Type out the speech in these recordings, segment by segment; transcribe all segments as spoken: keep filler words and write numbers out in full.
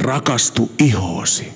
Rakastu ihoosi.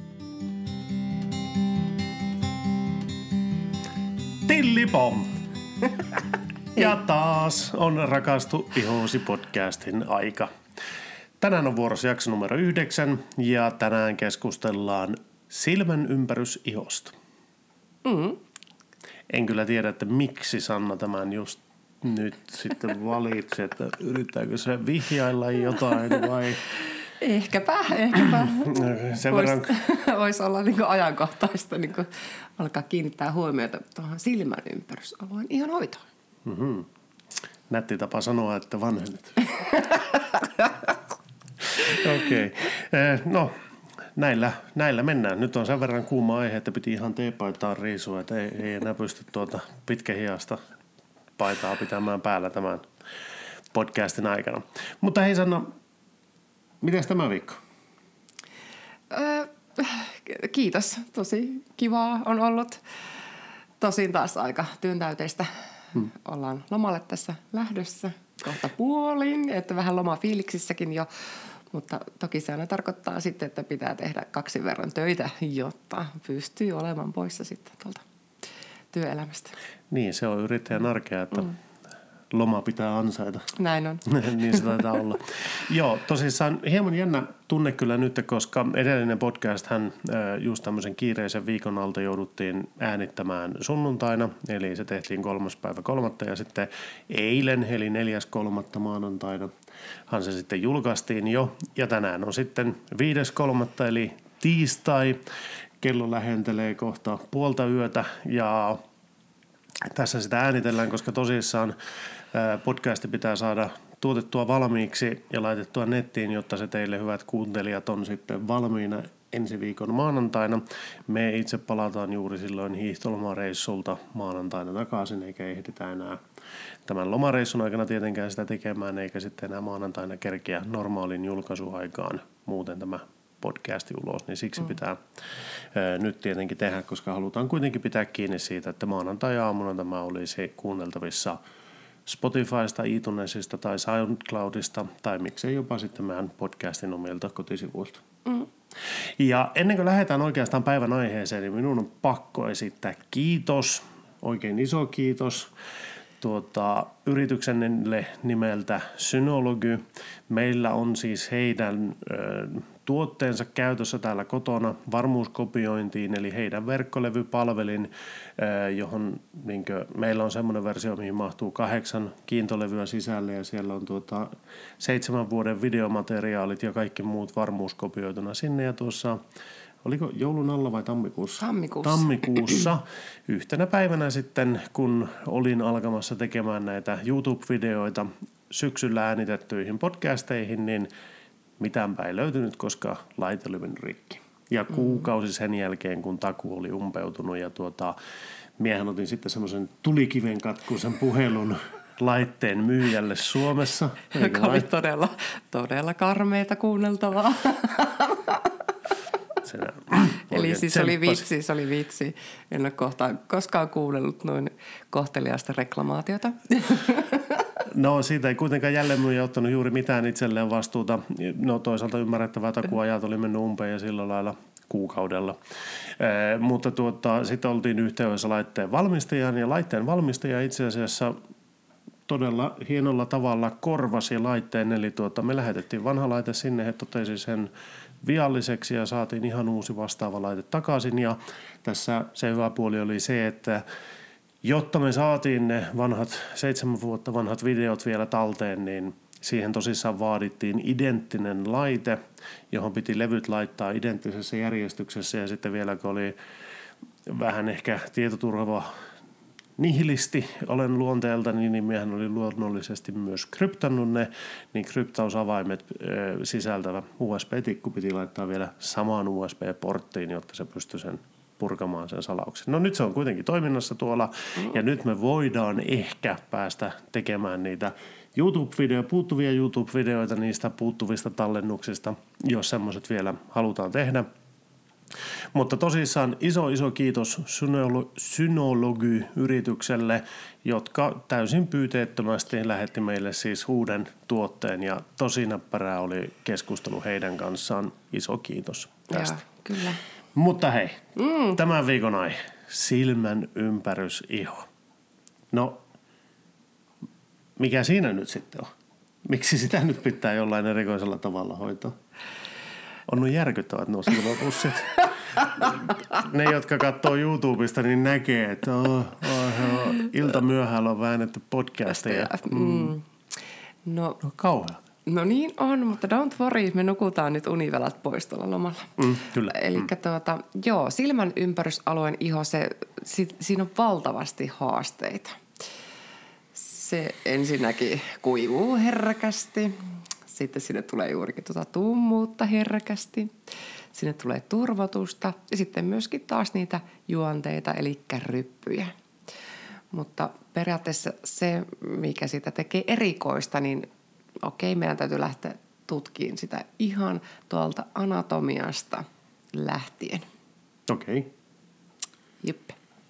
Tillipom! Ja taas on Rakastu ihoosi podcastin aika. Tänään on vuorossa jakso numero yhdeksän ja tänään keskustellaan silmän ympärysihosta. Mm. En kyllä tiedä, että miksi Sanna tämän just nyt sitten valitsi, että yrittääkö se vihjailla jotain vai... Ehkäpä, ehkäpä. Sen verran... Voisi olla niin kuin ajankohtaista niin kuin alkaa kiinnittää huomiota tuohon silmän ympärysalueen ihonhoitoon. Mm-hmm. Nätti tapa sanoa, että vanhennet. Okei. Okay. No, näillä, näillä mennään. Nyt on sen verran kuuma aihe, että piti ihan teepaitaan riisua, että ei, ei enää pysty tuota pitkähiasta paitaa pitämään päällä tämän podcastin aikana. Mutta hei Sanna, mitäs tämä viikko? Öö, kiitos. Tosi kivaa on ollut. Tosin taas aika työntäyteistä. Hmm. Ollaan lomalle tässä lähdössä kohta puolin, että vähän lomafiiliksissäkin jo. Mutta toki se aina tarkoittaa sitten, että pitää tehdä kaksin verran töitä, jotta pystyy olemaan poissa sitten tuolta työelämästä. Niin, se on yrittäjän arkea, että mm. loma pitää ansaita. Näin on. Niin se taitaa olla. Joo, tosissaan hieman jännä tunne kyllä nyt, koska edellinen podcast hän just tämmöisen kiireisen viikon alta jouduttiin äänittämään sunnuntaina, eli se tehtiin kolmas päivä kolmatta ja sitten eilen, eli neljäs kolmatta maanantaina, hän se sitten julkaistiin jo ja tänään on sitten viides kolmatta eli tiistai, kello lähentelee kohta puolta yötä ja tässä sitä äänitellään, koska tosissaan podcasti pitää saada tuotettua valmiiksi ja laitettua nettiin, jotta se teille hyvät kuuntelijat on sitten valmiina ensi viikon maanantaina. Me itse palataan juuri silloin hiihtolomareissulta maanantaina takaisin, eikä ehditä enää tämän lomareissun aikana tietenkään sitä tekemään, eikä sitten enää maanantaina kerkeä normaalin julkaisuaikaan muuten tämä podcasti ulos, niin siksi pitää ää, nyt tietenkin tehdä, koska halutaan kuitenkin pitää kiinni siitä, että maanantai-aamuna tämä olisi kuunneltavissa Spotifysta, iTunesista tai SoundCloudista tai miksei jopa sitten meidän podcastin omilta kotisivuilta. Mm. Ja ennen kuin lähdetään oikeastaan päivän aiheeseen, niin minun on pakko esittää kiitos, oikein iso kiitos tuota, yrityksenne nimeltä Synology. Meillä on siis heidän ö, tuotteensa käytössä täällä kotona varmuuskopiointiin, eli heidän verkkolevypalvelin, ö, johon niin kuin, meillä on semmoinen versio, mihin mahtuu kahdeksan kiintolevyä sisälle ja siellä on tuota, seitsemän vuoden videomateriaalit ja kaikki muut varmuuskopioituna sinne ja tuossa oliko joulun alla vai tammikuussa? Tammikuussa. Tammikuussa. Yhtenä päivänä sitten, kun olin alkamassa tekemään näitä YouTube-videoita syksyllä äänitettyihin podcasteihin, niin mitäänpä ei löytynyt, koska laite oli mennyt rikki. Ja kuukausi sen jälkeen, kun takuu oli umpeutunut ja tuota, miehän otin sitten semmoisen tulikiven katkuisen puhelun laitteen myyjälle Suomessa. Joka oli todella, todella karmeita kuunneltavaa. Eli siis oli vitsi, se oli vitsi. En ole kohtaan, koskaan kuunnellut noin kohteliaista reklamaatiota. No siitä ei kuitenkaan jälleen myyjä ottanut juuri mitään itselleen vastuuta. No toisaalta ymmärrettävää takuajat oli mennyt umpeen ja sillä lailla kuukaudella. Eh, mutta tuota, sitten oltiin yhteydessä laitteen valmistajan ja laitteen valmistaja itse asiassa todella hienolla tavalla korvasi laitteen. Eli tuota, me lähetettiin vanha laite sinne, he totesi sen vialliseksi ja saatiin ihan uusi vastaava laite takaisin. Ja tässä se hyvä puoli oli se, että jotta me saatiin ne vanhat, seitsemän vuotta vanhat videot vielä talteen, niin siihen tosissaan vaadittiin identtinen laite, johon piti levyt laittaa identtisessä järjestyksessä. Ja sitten vielä kun oli vähän ehkä tietoturva nihilisti olen luonteeltani, niin miehän oli luonnollisesti myös kryptannut ne, niin kryptausavaimet ö, sisältävä U S B-tikku piti laittaa vielä samaan U S B-porttiin, jotta se pystyi sen purkamaan sen salauksen. No nyt se on kuitenkin toiminnassa tuolla, ja nyt me voidaan ehkä päästä tekemään niitä YouTube-videoita, puuttuvia YouTube-videoita niistä puuttuvista tallennuksista, jos semmoiset vielä halutaan tehdä. Mutta tosissaan iso iso kiitos Synolo- Synology-yritykselle, jotka täysin pyyteettömästi lähetti meille siis uuden tuotteen ja tosi näppärää oli keskustelu heidän kanssaan. Iso kiitos tästä. Ja, kyllä. Mutta hei, mm. tämän viikon aihe, silmän ympärysiho. No, mikä siinä nyt sitten on? Miksi sitä nyt pitää jollain erikoisella tavalla hoitaa? On järkyttävät nuo silmäpussit. Ne, jotka katsoo YouTubesta, niin näkee, että oh, oh, oh, ilta myöhällä on väännetty podcasteja. Mm. No, no kauheaa. No niin on, mutta don't worry, me nukutaan nyt univelat pois tuolla lomalla. Mm, kyllä. Eli mm. tuota, joo, silmän ympärysalueen iho, se, si, siinä on valtavasti haasteita. Se ensinnäkin kuivuu herkästi, sitten sinne tulee juurikin tuota tummuutta herkästi, sinne tulee turvotusta ja sitten myöskin taas niitä juonteita, eli ryppyjä. Mutta periaatteessa se, mikä sitä tekee erikoista, niin okei, meidän täytyy lähteä tutkimaan sitä ihan tuolta anatomiasta lähtien. Okei. Jep.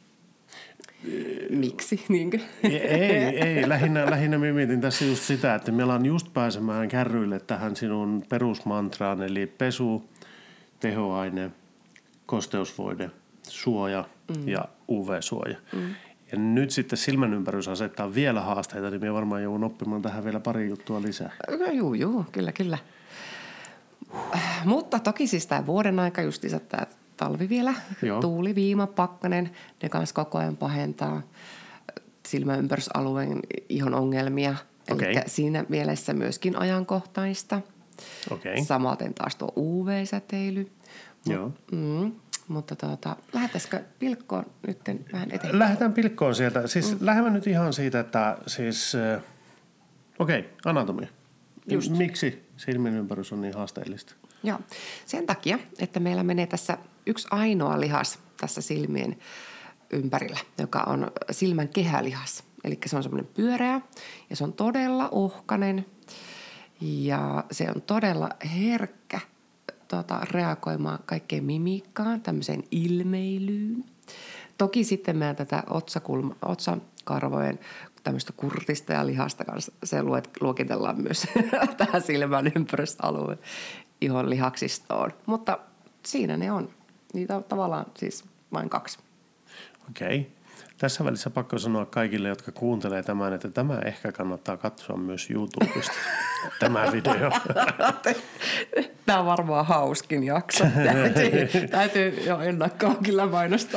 Miksi, niinkö? Ei, ei. Lähinnä, lähinnä mietin tässä just sitä, että meillä on just pääsemään kärryille tähän sinun perusmantraan, eli pesu, tehoaine, kosteusvoide, suoja mm. ja U V-suoja. Mm. Ja nyt sitten silmänympärys asettaa vielä haasteita, niin minä varmaan joudun oppimaan tähän vielä pari juttua lisää. No, juu, juu, kyllä, kyllä. Mutta toki siis tämä vuoden aika justiinsa tämä talvi vielä, Joo. tuuli, viima, pakkanen, ne kanssa koko ajan pahentaa silmäympärysalueen ihon ongelmia. Okay. Eli siinä mielessä myöskin ajankohtaista. Okay. Samaten taas tuo U V-säteily. Joo. Mm, mutta tuota, lähdettäisikö pilkkoon nyt vähän eteenpäin? Lähdetään pilkkoon sieltä. Siis mm. lähdemme nyt ihan siitä, että siis, äh, okei, okay, anatomia. Just. Miksi silmien ympärys on niin haasteellista? Joo, sen takia, että meillä menee tässä yksi ainoa lihas tässä silmien ympärillä, joka on silmän kehälihas. Eli se on semmoinen pyöreä ja se on todella ohkainen ja se on todella herkkä tuota, reagoimaan kaikkeen mimiikkaan, tämmöiseen ilmeilyyn. Toki sitten meidän tätä otsakulma, otsakarvojen tämmöistä kurtista ja lihasta kanssa se luokitellaan myös tähän silmän ympärysalueen ihon lihaksistoon. Mutta siinä ne on. Niitä on tavallaan siis vain kaksi. Okei. Okay. Tässä välissä pakko sanoa kaikille, jotka kuuntelee tämän, että tämä ehkä kannattaa katsoa myös YouTubesta, tämä video. Tämä on varmaan hauskin jakso. Täytyy, täytyy jo ennakkoon kyllä mainostaa.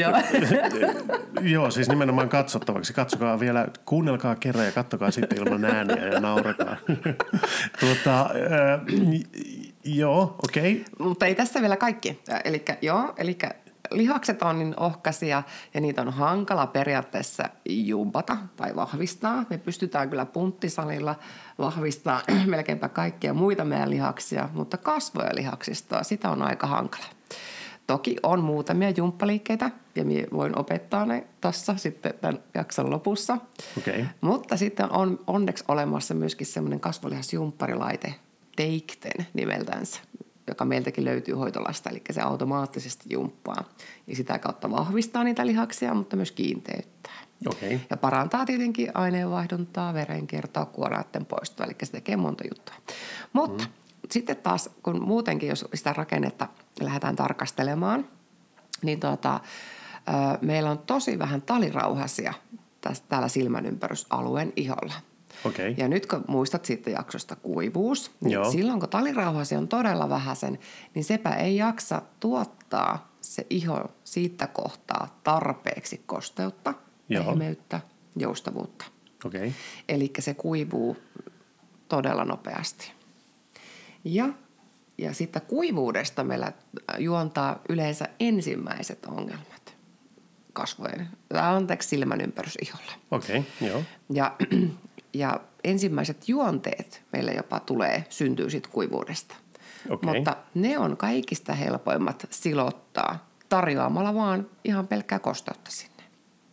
Joo, siis nimenomaan katsottavaksi. Katsokaa vielä, kuunnelkaa kerran ja katsokaa sitten ilman ääniä ja naurakaa. tuota, äh, joo, okei. Okay. Mutta ei tässä vielä kaikki. Elikkä, joo, elikkä lihakset on niin ohkaisia ja niitä on hankala periaatteessa jumpata tai vahvistaa. Me pystytään kyllä punttisalilla vahvistaa melkeinpä kaikkia muita meidän lihaksia, mutta kasvojen lihaksistoa, sitä on aika hankala. Toki on muutamia jumppaliikkeitä ja minä voin opettaa ne tuossa sitten tämän jakson lopussa. Okay. Mutta sitten on onneksi olemassa myöskin semmoinen kasvolihasjumpparilaite, Teikten nimeltänsä, joka meiltäkin löytyy hoitolasta, eli se automaattisesti jumppaa. Ja sitä kautta vahvistaa niitä lihaksia, mutta myös kiinteyttää. Okay. Ja parantaa tietenkin aineenvaihduntaa, verenkiertoa, kuoraiden poistoa, eli se tekee monta juttua. Mutta mm. sitten taas, kun muutenkin, jos sitä rakennetta lähdetään tarkastelemaan, niin tuota, meillä on tosi vähän talirauhasia tästä, täällä silmänympärysalueen iholla. Okay. Ja nyt kun muistat siitä jaksosta kuivuus, niin Joo. silloin kun talirauhasia on todella vähäisen, niin sepä ei jaksa tuottaa se iho siitä kohtaa tarpeeksi kosteutta, pehmeyttä, joustavuutta. Okay. Eli se kuivuu todella nopeasti. Ja, ja sitten kuivuudesta meillä juontaa yleensä ensimmäiset ongelmat kasvojen, anteeksi silmän ympärysiholle. Okei, okay, joo. Ja Ja ensimmäiset juonteet meillä jopa tulee, syntyy sitten kuivuudesta. Okay. Mutta ne on kaikista helpoimmat silottaa tarjoamalla vaan ihan pelkkää kosteutta sinne.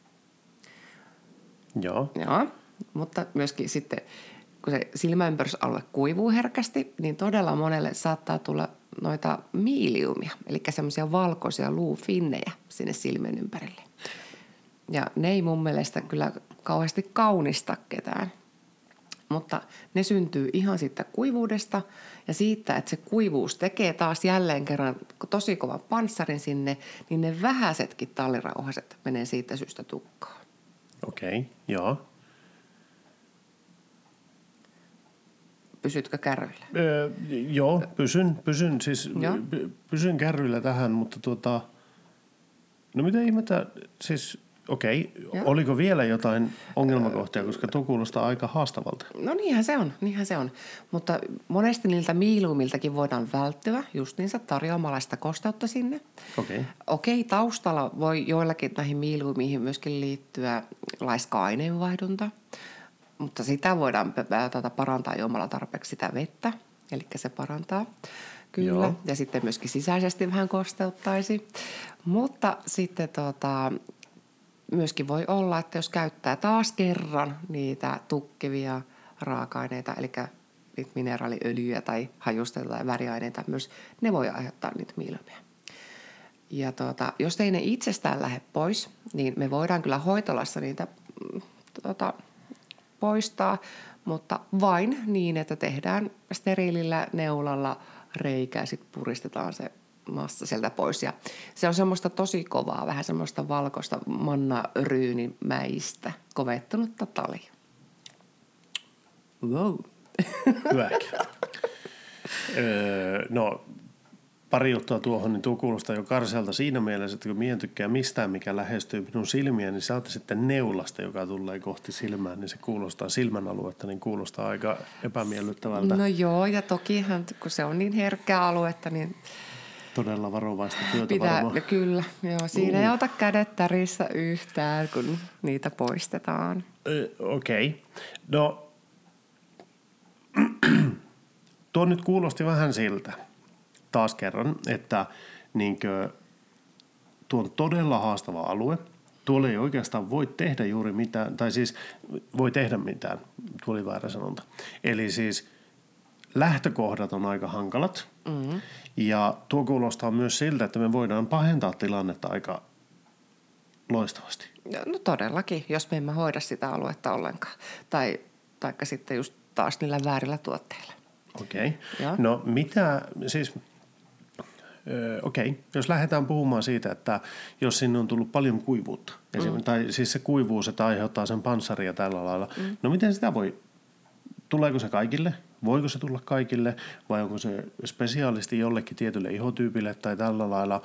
Joo. Joo, mutta myöskin sitten, kun se silmäympärysalue kuivuu herkästi, niin todella monelle saattaa tulla noita miiliumia, eli semmoisia valkoisia luufinnejä sinne silmien ympärille. Ja ne ei mun mielestä kyllä kauheasti kaunista ketään. Mutta ne syntyy ihan siitä kuivuudesta ja siitä, että se kuivuus tekee taas jälleen kerran tosi kovan panssarin sinne, niin ne vähäisetkin tallirauhaset menee siitä syystä tukkaan. Okei, okay, joo. Pysytkö kärryillä? Öö, joo, pysyn, pysyn, siis joo. pysyn kärryillä tähän, mutta tuota, no mitä ihmettä, siis okei, okay, oliko vielä jotain ongelmakohtia, koska tuo kuulostaa aika haastavalta? No niinhän se on, niinhän se on, mutta monesti niiltä miiluumiltakin voidaan välttyä just niinsä tarjoamalla sitä kosteutta sinne. Okei. Okay. Okei, okay, taustalla voi joillakin näihin miiluumiin myöskin liittyä laiska aineenvaihdunta. Mutta sitä voidaan tätä parantaa juomalla tarpeeksi sitä vettä, eli se parantaa kyllä. Joo. Ja sitten myöskin sisäisesti vähän kosteuttaisi. Mutta sitten tota, myöskin voi olla, että jos käyttää taas kerran niitä tukkivia raaka-aineita, eli niitä mineraaliöljyjä tai hajusteita tai väriaineita myös, ne voi aiheuttaa niitä miilumia. Ja tota, jos ei ne itsestään lähde pois, niin me voidaan kyllä hoitolassa niitä tota, poistaa, mutta vain niin, että tehdään steriilillä neulalla reikä ja sitten puristetaan se massa sieltä pois. Ja se on semmoista tosi kovaa, vähän semmoista valkoista mannaryynimäistä, kovettunutta talia. Wow. Hyväkin. öö, no, pari juttua tuohon, niin tuo kuulostaa jo karsealta siinä mielessä, että kun minä en tykkää mistään, mikä lähestyy minun silmiä, niin saatte sitten neulasta, joka tulee kohti silmää, niin se kuulostaa silmän aluetta, niin kuulostaa aika epämiellyttävältä. No joo, ja tokihan, kun se on niin herkkää aluetta, niin todella varovaista työtä pitää, varmaan. Kyllä, joo, siinä uh. ei ota kädet tärissä yhtään, kun niitä poistetaan. Ö, Okei. Okay. No, tuo nyt kuulosti vähän siltä. Taas kerran, että niinkö, tuo on todella haastava alue. Tuolla ei oikeastaan voi tehdä juuri mitään, tai siis voi tehdä mitään, tuo oli väärä sanonta. Eli siis lähtökohdat on aika hankalat, mm-hmm. ja tuo kuulostaa myös siltä, että me voidaan pahentaa tilannetta aika loistavasti. No todellakin, jos me emme hoida sitä aluetta ollenkaan, tai taikka sitten just taas niillä väärillä tuotteilla. Okei. Okay. No mitä, siis okei, okay. Jos lähdetään puhumaan siitä, että jos sinne on tullut paljon kuivuutta, mm. tai siis se kuivuus, että aiheuttaa sen panssaria tällä lailla, mm. no miten sitä voi, tuleeko se kaikille, voiko se tulla kaikille, vai onko se spesiaalisti jollekin tietylle ihotyypille tai tällä lailla,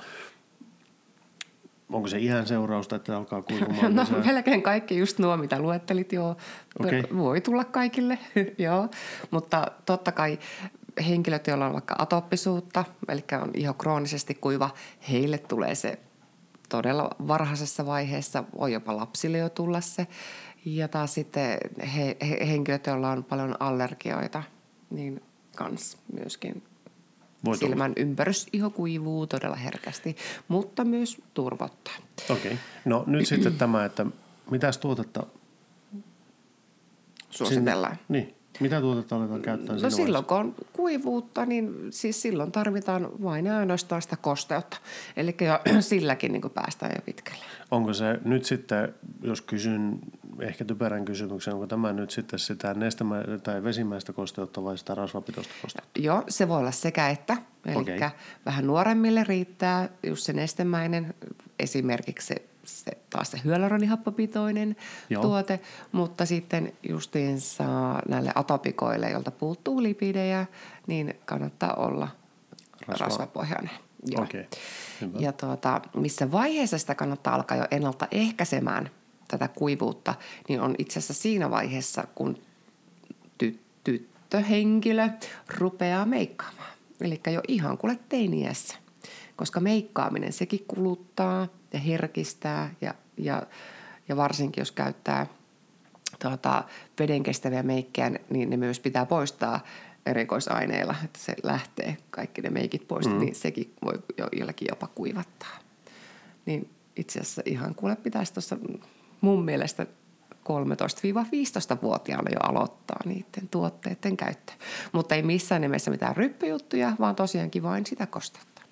onko se iän seurausta, että alkaa kuivumaan? No se melkein kaikki just nuo, mitä luettelit, joo, okay. Voi tulla kaikille, joo, mutta totta kai henkilöt, joilla on vaikka atoppisuutta, eli on iho kroonisesti kuiva, heille tulee se todella varhaisessa vaiheessa, voi jopa lapsille jo tulla se. Ja taas sitten he, he, henkilöt, joilla on paljon allergioita, niin kans myöskin voi silmän tulla. Ympärys-iho kuivuu todella herkästi, mutta myös turvottaa. Okei. Okay. No nyt sitten tämä, että mitäs tuotetta suositellaan? Sin... Niin. Mitä tuotetta aletaan käyttää? No silloin, kun on kuivuutta, niin siis silloin tarvitaan vain ja ainoastaan sitä kosteutta. Eli jo silläkin niin kuin päästään jo pitkälle. Onko se nyt sitten, jos kysyn ehkä typerän kysymyksen, onko tämä nyt sitten sitä nestemä- tai vesimäistä kosteutta vai sitä rasvapitoista kosteutta? Joo, se voi olla sekä että. Eli okay. Vähän nuoremmille riittää just se nestemäinen, esimerkiksi se Se, taas se hyaluronihapppopitoinen tuote, mutta sitten justiinsa näille atopikoille, joilta puuttuu lipidejä, niin kannattaa olla Rasva. rasvapohjainen. Okay. Ja tuota, missä vaiheessa sitä kannattaa alkaa jo ennaltaehkäisemään tätä kuivuutta, niin on itse asiassa siinä vaiheessa, kun ty- tyttöhenkilö rupeaa meikkaamaan. Eli jo ihan kuule teiniässä, koska meikkaaminen sekin kuluttaa ja herkistää ja, ja, ja varsinkin jos käyttää tuota, vedenkestäviä meikkejä, niin ne myös pitää poistaa erikoisaineilla, että se lähtee kaikki ne meikit pois, mm. niin sekin voi jo, jollakin jopa kuivattaa. Niin itse asiassa ihan kuule pitäisi tuossa mun mielestä kolmetoista-viisitoista-vuotiaana jo aloittaa niiden tuotteiden käyttö. Mutta ei missään nimessä mitään ryppyjuttuja, vaan tosiaankin vain sitä kosteutta.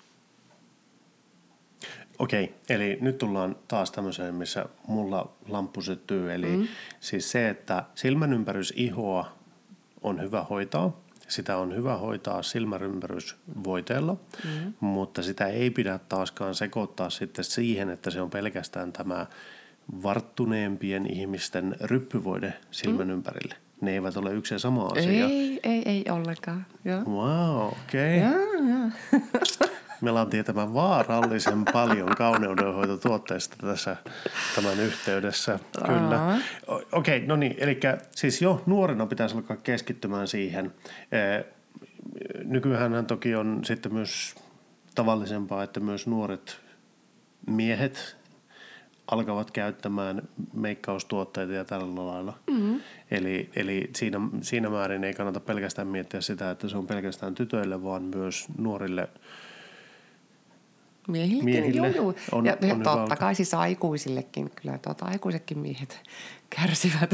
Okei, eli nyt tullaan taas tämmöiseen, missä mulla lamppu syttyy. Eli mm. siis se, että silmänympärysihoa on hyvä hoitaa. Sitä on hyvä hoitaa silmäympärysvoiteella, mm. mutta sitä ei pidä taaskaan sekoittaa sitten siihen, että se on pelkästään tämä varttuneempien ihmisten ryppyvoide silmän mm. ympärille. Ne eivät ole yksi ja sama asia. Ei, ei, ei ollenkaan. Joo. Wow, okei. Okay. Me ollaan tietämään vaarallisen paljon kauneudenhoitotuotteista tässä tämän yhteydessä. Kyllä. Okei, okay, no niin. Eli siis jo nuorena pitäisi alkaa keskittymään siihen. Nykyäänhän toki on sitten myös tavallisempaa, että myös nuoret miehet alkavat käyttämään meikkaustuotteita ja tällä lailla. Mm-hmm. Eli, eli siinä, siinä määrin ei kannata pelkästään miettiä sitä, että se on pelkästään tytöille, vaan myös nuorille miehillekin. miehille. Joo, joo. On, ja on totta kai siis aikuisillekin. Kyllä tuota, aikuisetkin miehet kärsivät.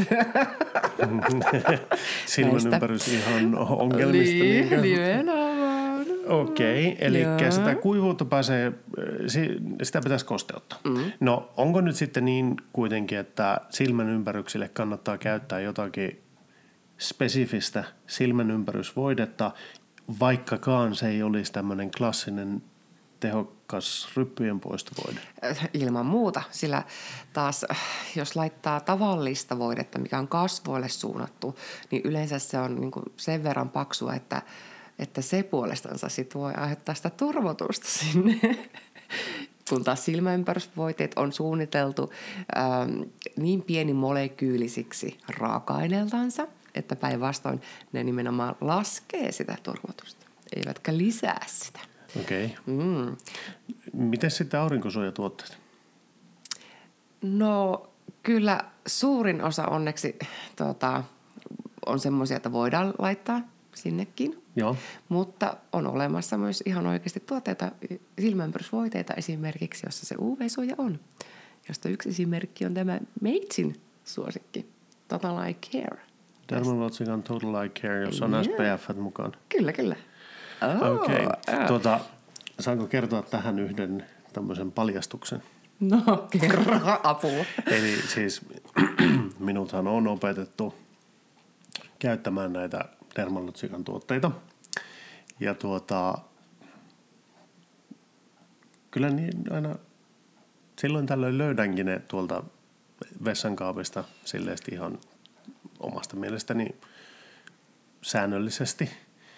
Silmänympärys ihan ongelmista. Niin, nimenomaan. Okei, okay, eli Jaa. sitä kuivuutta pääsee, sitä pitäisi kosteuttaa. Mm. No onko nyt sitten niin kuitenkin, että silmän ympäryksille kannattaa käyttää jotakin spesifistä silmänympärysvoidetta, vaikkakaan se ei olisi tämmöinen klassinen tehokas ryppyjen poistovoide? Ilman muuta, sillä taas jos laittaa tavallista voidetta, mikä on kasvoille suunnattu, niin yleensä se on niin kuin sen verran paksua, että että se puolestansa sit voi aiheuttaa sitä turvotusta sinne. Kun taas silmäympärysvoiteet on suunniteltu ähm, niin pienimolekyylisiksi raaka-aineeltansa, että päinvastoin ne nimenomaan laskee sitä turvotusta, eivätkä lisää sitä. Okei. Okay. Mm. Miten sitten aurinkosuojatuotteet? No kyllä suurin osa onneksi tuota, on semmoisia, että voidaan laittaa sinnekin. Joo. Mutta on olemassa myös ihan oikeasti tuotteita, silmäympärysvoiteita esimerkiksi, jossa se U V-suoja on. Josta yksi esimerkki on tämä Meitsin suosikki, Total Eye Care. Dermalogican Total Eye Care, jossa on yeah. S P F mukaan. Kyllä, kyllä. Oh, Okei. Okay. Tuota, saanko kertoa tähän yhden tämmöisen paljastuksen? No, kerro apua. Eli siis minuthan on opetettu käyttämään näitä Dermalogican tuotteita. Ja tuota, kyllä niin aina silloin tällöin löydänkin ne tuolta vessankaapista silleesti ihan omasta mielestäni säännöllisesti.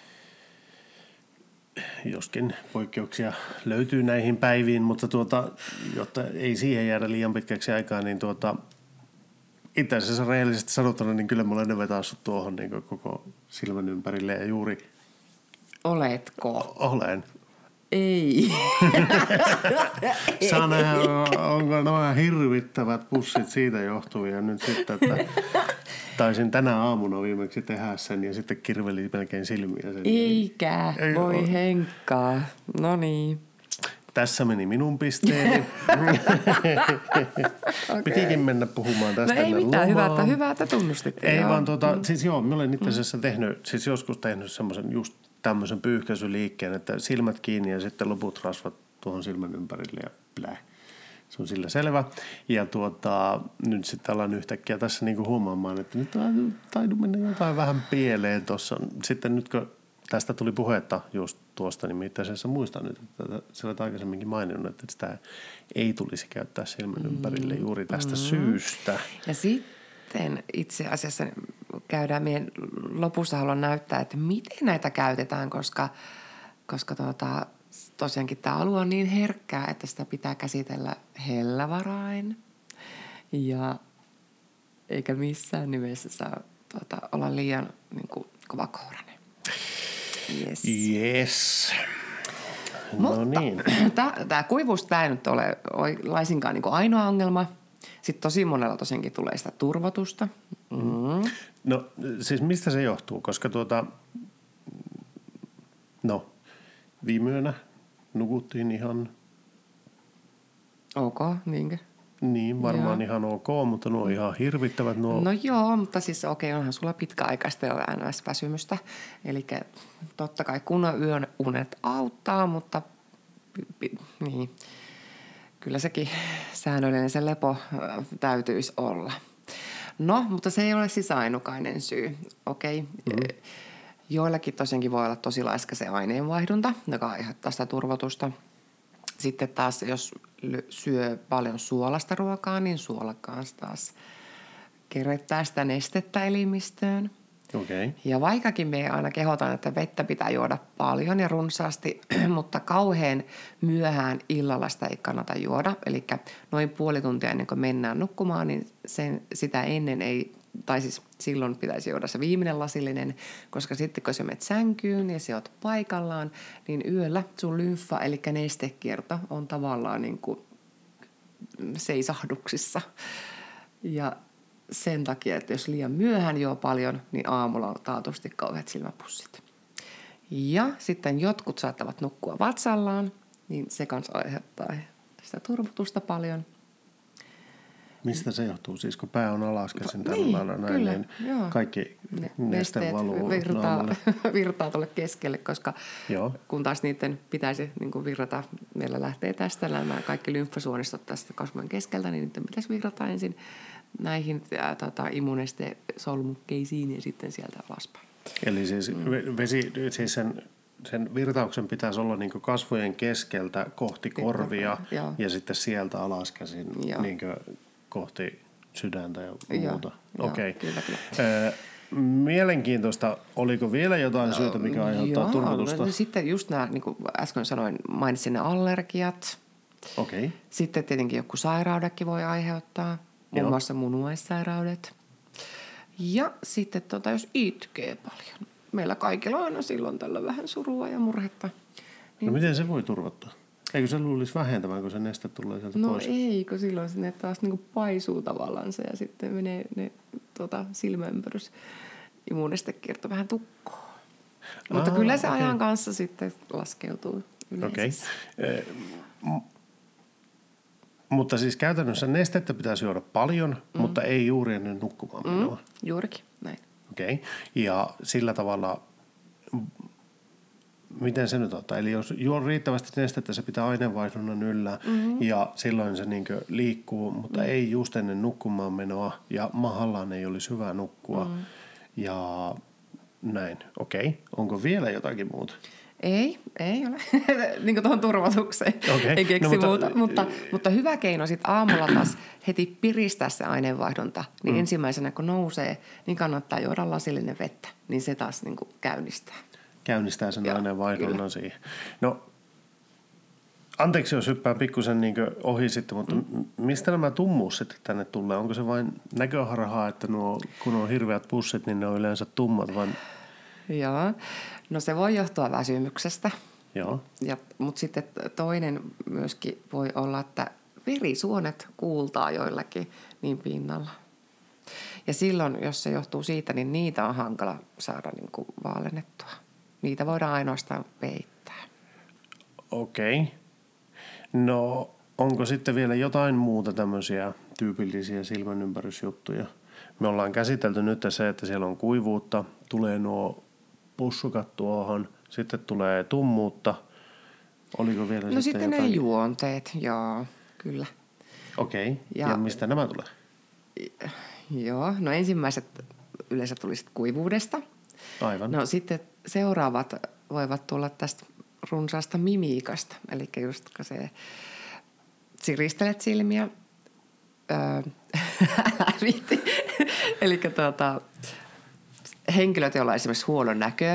Joskin poikkeuksia löytyy näihin päiviin, mutta tuota, jotta ei siihen jäädä liian pitkäksi aikaa, niin tuota, itse asiassa rehellisesti sanottuna, niin kyllä mä olen ne vetänyt tuohon niin koko silmän ympärille ja juuri. Oletko? Olen. Ei. Saa nähdä, onko nämä hirvittävät pussit siitä johtuvia nyt sitten, että taisin tänä aamuna viimeksi tehdä sen ja sitten kirveli melkein silmiä sen. Eikä, ei voi ole. Henkkaa. No niin. Tässä meni minun pisteeni. Okay. Pitikin mennä puhumaan tästä. No ei mitään, hyvä että, hyvä, että tunnustit. Ei joo. vaan tuota, mm. siis joo, mä olen itse asiassa mm. tehnyt, siis joskus tehnyt semmoisen just tämmöisen pyyhkäisyliikkeen, että silmät kiinni ja sitten loput rasvat tuohon silmän ympärille ja blä. Se on sillä selvä. Ja tuota, nyt sitten ollaan yhtäkkiä tässä niinku huomaamaan, että nyt on taidu mennä jotain vähän pieleen tuossa. Sitten nyt kun tästä tuli puhetta just tuosta, niin itse asiassa muistan nyt, että sä olet aikaisemminkin maininnut, että sitä ei tulisi käyttää silmän ympärille juuri tästä mm. syystä. Ja sitten itse asiassa käydään, meidän lopussa haluan näyttää, että miten näitä käytetään, koska, koska tuota, tosiaankin tämä alue on niin herkkää, että sitä pitää käsitellä hellävarain ja eikä missään nimessä saa tuota, olla liian niin kuin, kovakourainen. Yes. Yes. No mutta niin. Tämä kuivuus tämä ei nyt ole laisinkaan niin kuin ainoa ongelma. Sitten tosi monella tosiaankin tulee sitä turvotusta. Mm. No siis mistä se johtuu? Koska tuota, no viime yönä nukuttiin ihan ok, niinkö? Niin, varmaan Joo. ihan ok, mutta nuo on ihan hirvittävät nuo. No joo, mutta siis okei, onhan sulla pitkäaikaista jo N S-väsymystä. Eli totta kai kunnon yön unet auttaa, mutta pi- niin, kyllä sekin säännöllinen se lepo äh, täytyisi olla. No, mutta se ei ole siis ainukainen syy, okei. Mm-hmm. Joillakin tosiaankin voi olla tosi laiska se aineenvaihdunta, joka aiheuttaa sitä turvotusta. Sitten taas, jos syö paljon suolasta ruokaa, niin suola kanssa taas kerryttää sitä nestettä elimistöön. Okay. Ja vaikkakin me aina kehotan, että vettä pitää juoda paljon ja runsaasti, mutta kauhean myöhään illalla sitä ei kannata juoda. Eli noin puoli tuntia ennen kuin mennään nukkumaan, niin sen, sitä ennen ei, tai siis silloin pitäisi juoda se viimeinen lasillinen, koska sitten kun sä menet sänkyyn ja sä oot paikallaan, niin yöllä sun lymfa, eli nestekierto, on tavallaan niin kuin seisahduksissa. Ja sen takia, että jos liian myöhään juo paljon, niin aamulla on taatusti kauheat silmäpussit. Ja sitten jotkut saattavat nukkua vatsallaan, niin se kanssa aiheuttaa sitä turvotusta paljon. Mistä se johtuu? Siis kun pää on alaskäsin tällä niin, lailla näin, kyllä, niin joo. kaikki ne, neste valuu virtaa, naamalle. virtaa tuolle keskelle, koska Joo. kun taas niiden pitäisi niin kuin virrata, meillä lähtee tästä nämä kaikki lymfasuonistot tästä kasvojen keskeltä, niin niiden pitäisi virrata ensin näihin ää, tota, immunestesolmukkeisiin ja sitten sieltä alaspäin. Eli siis, mm. vesi, siis sen, sen virtauksen pitäisi olla niin kuin kasvojen keskeltä kohti korvia Joo. ja sitten sieltä alaskäsin niin kuin kohti sydäntä ja muuta. Okei. Okay. Kyllä, kyllä. Ö, mielenkiintoista. Oliko vielä jotain syytä, mikä aiheuttaa Joo, turvotusta? no, sitten just nämä, niin kuin äsken sanoin, mainitsin ne allergiat. Okei. Okay. Sitten tietenkin joku sairaudekin voi aiheuttaa, muun muassa munuaissairaudet. Ja sitten tota, jos itkee paljon. Meillä kaikilla on aina silloin tällä vähän surua ja murhetta. Niin... No miten se voi turvottaa? Eikö se luulisi vähentämään, kun se neste tulee sieltä no pois? No ei, kun silloin ne taas niinku paisuu tavallaan se ja sitten menee ne tota, silmäympärys immunestekierto vähän tukkoon. Aa, mutta kyllä se okay. ajan kanssa sitten laskeutuu yleisesti. Okei. Okay. Eh, mutta siis käytännössä nestettä pitäisi juoda paljon, mm. mutta ei juuri ennen nukkumaan menoa. Mm, juurikin, näin. Okei. Okay. Ja sillä tavalla, miten se nyt ottaa? Eli jos juo riittävästi nestettä, se pitää aineenvaihdunnan yllä mm-hmm. ja silloin se niin kuin liikkuu, mutta mm. ei just ennen nukkumaan menoa ja mahallaan ei olisi hyvä nukkua. Mm. Ja näin. Okei. Okay. Onko vielä jotakin muuta? Ei, ei ole. niin kuin tuohon turvatukseen. Okay. Ei keksi no, mutta, muuta. Mutta, mutta hyvä keino sitten aamulla taas heti piristää se aineenvaihdunta. Niin mm. ensimmäisenä kun nousee, niin kannattaa juoda lasillinen vettä. Niin se taas niin kuin käynnistää. Käynnistää sen aineenvaihdunnan siihen. No, anteeksi jos hyppään pikkusen niin ohi sitten, mutta mm. mistä nämä tummuus sitten tänne tulee? Onko se vain näköharhaa, että nuo, kun on hirveät pussit, niin ne on yleensä tummat? Vai... Joo. No se voi johtua väsymyksestä. Joo. Ja, mutta sitten toinen myöskin voi olla, että verisuonet kuultaa joillakin niin pinnalla. Ja silloin, jos se johtuu siitä, niin niitä on hankala saada niin kuin vaalennettua. Niitä voidaan ainoastaan peittää. Okei. Okay. No, onko sitten vielä jotain muuta tämmöisiä tyypillisiä silmänympärysjuttuja? Me ollaan käsitelty nyt se, että siellä on kuivuutta, tulee nuo pussukat tuohon, sitten tulee tummuutta. Oliko vielä no sitten sitten jotain? ne juonteet, joo, kyllä. Okei, okay. ja, ja mistä nämä tulee? Joo, no ensimmäiset yleensä tuli sitten kuivuudesta. Aivan. No sitten seuraavat voivat tulla tästä runsaasta mimiikasta, eli just kun se siristelet silmiä, öö, älä viitti, eli tuota, henkilöt, joilla on esimerkiksi huono näkö,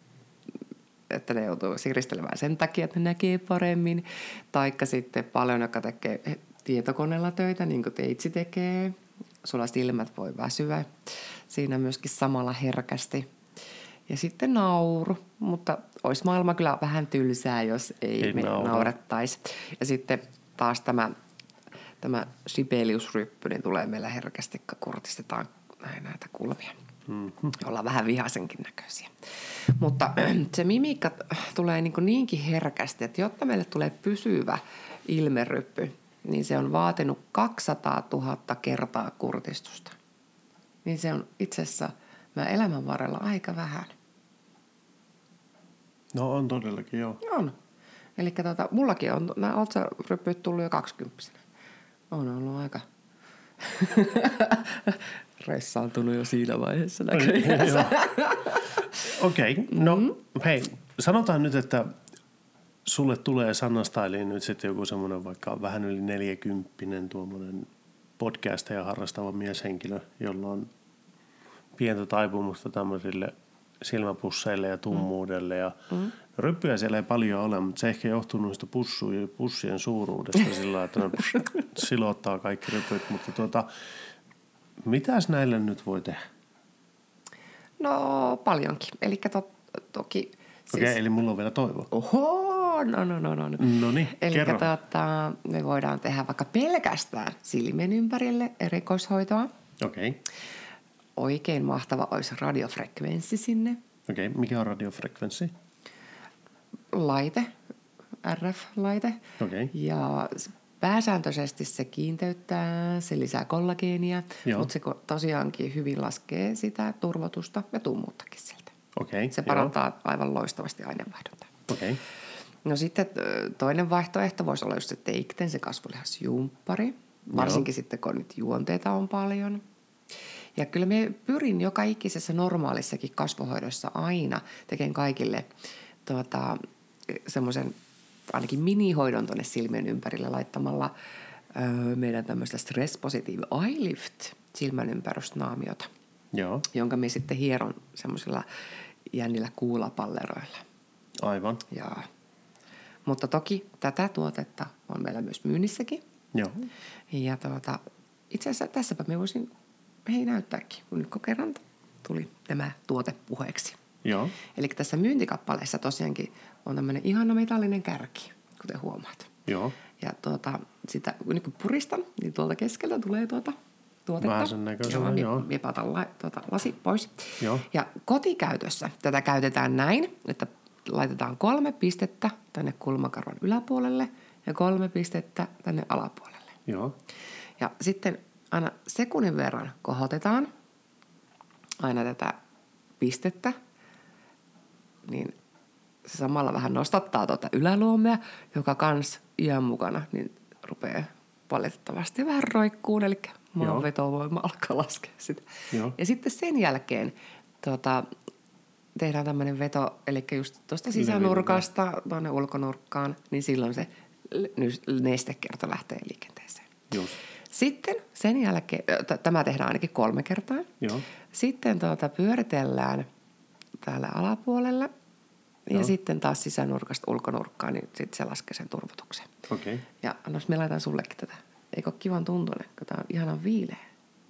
että ne joutuu siristelemään sen takia, että ne näkee paremmin, taikka sitten paljon, joka tekee tietokoneella töitä, niin kuin teitsi tekee. Sulla silmät voi väsyä siinä myöskin samalla herkästi. Ja sitten nauru, mutta olisi maailma kyllä vähän tylsää, jos ei, ei me naura. naurettaisi. Ja sitten taas tämä, tämä Sibelius-ryppy, niin tulee meillä herkästi, kun kurtistetaan näitä kulmia. Mm-hmm. Ollaan vähän vihaisenkin näköisiä. Mutta se mimiikka tulee niin niinkin herkästi, että jotta meille tulee pysyvä ilmeryppy, niin se on vaatinut kaksisataatuhatta kertaa kurtistusta. Niin se on itse asiassa meidän elämän varrella aika vähän. No on todellakin, joo. On. Eli tota, mullakin on nämä otsaryppyt tullut jo kaksikymppisenä. On ollut aika ressaantunut jo siinä vaiheessa näköjään. Okei, okay, no mm-hmm. hei, sanotaan nyt, että sulle tulee Sanna Styliin nyt sitten joku semmoinen vaikka vähän yli neljäkymppinen tuommoinen podcasteja harrastava mieshenkilö, jolla on pientä taipumusta tämmöisille silmäpusseille ja tummuudelle. Ja mm. ryppyjä siellä ei paljon ole, mutta se ehkä johtuu noista pussujen, pussien suuruudesta sillä että ne silottaa kaikki rypyt. Mutta tuota, mitäs näille nyt voi tehdä? No paljonkin. Eli to, toki... Siis... Okei, okay, eli mulla on vielä toivoa. Oho, no no no no. No niin, kerro. Eli tota, me voidaan tehdä vaikka pelkästään silmien ympärille erikoishoitoa. Okei. Okay. Oikein mahtava olisi radiofrekvenssi sinne. Okei, okay. Mikä on radiofrekvenssi? Laite, R F-laite. Okei. Okay. Ja pääsääntöisesti se kiinteyttää, se lisää kollageenia, joo. Mutta se tosiaankin hyvin laskee sitä turvotusta ja tummuuttakin siltä. Okay, se parantaa joo. aivan loistavasti aineenvaihduntaa. Okay. No sitten toinen vaihtoehto voisi olla just se teikten, se kasvulihasjumppari. Varsinkin joo. sitten, kun niitä juonteita on paljon. Ja kyllä me pyrin joka ikisessä normaalissakin kasvohoidossa aina tekemään kaikille tuota, semmoisen ainakin minihoidon tuonne silmien ympärille laittamalla öö, meidän tämmöistä Stress Positive Eye Lift silmänympärystä-naamiota, joo. jonka me sitten hieron semmoisilla jännillä kuulapalleroilla. Aivan. Joo. Mutta toki tätä tuotetta on meillä myös myynnissäkin. Joo. Ja tuota, itse asiassa tässäpä me voisin hei näyttääkin, kun nyt kerran tuli tämä tuote puheeksi. Joo. Eli tässä myyntikappaleessa tosiaankin on tämmöinen ihana metallinen kärki, kuten huomaat. Joo. Ja tuota, sitä, kun puristan, niin tuolta keskeltä tulee tuota tuotetta. Vähän sen näköisellä, joo. joo. Viepataan la, tuota, lasi pois. Joo. Ja kotikäytössä tätä käytetään näin, että laitetaan kolme pistettä tänne kulmakarvan yläpuolelle ja kolme pistettä tänne alapuolelle. Joo. Ja sitten aina sekunnin verran kohotetaan aina tätä pistettä, niin se samalla vähän nostattaa tuota yläluomea, joka kans iän mukana niin rupeaa valitettavasti vähän roikkuun, eli maanvetovoima alkaa laskea sitä. Joo. Ja sitten sen jälkeen tuota, tehdään tämmöinen veto, eli just tuosta sisänurkasta tuonne ulkonurkkaan, niin silloin se nestekierto lähtee liikenteeseen. Just. Sitten sen jälkeen, tämä tehdään ainakin kolme kertaa. Joo. Sitten tuota pyöritellään täällä alapuolella ja joo. sitten taas sisänurkasta ulkonurkkaan, niin sitten se laskee sen turvotuksen. Okei. Okay. Ja annos me laitan sullekin tätä. Eikö ole kivan tuntuinen, kun tämä on ihanan viileä?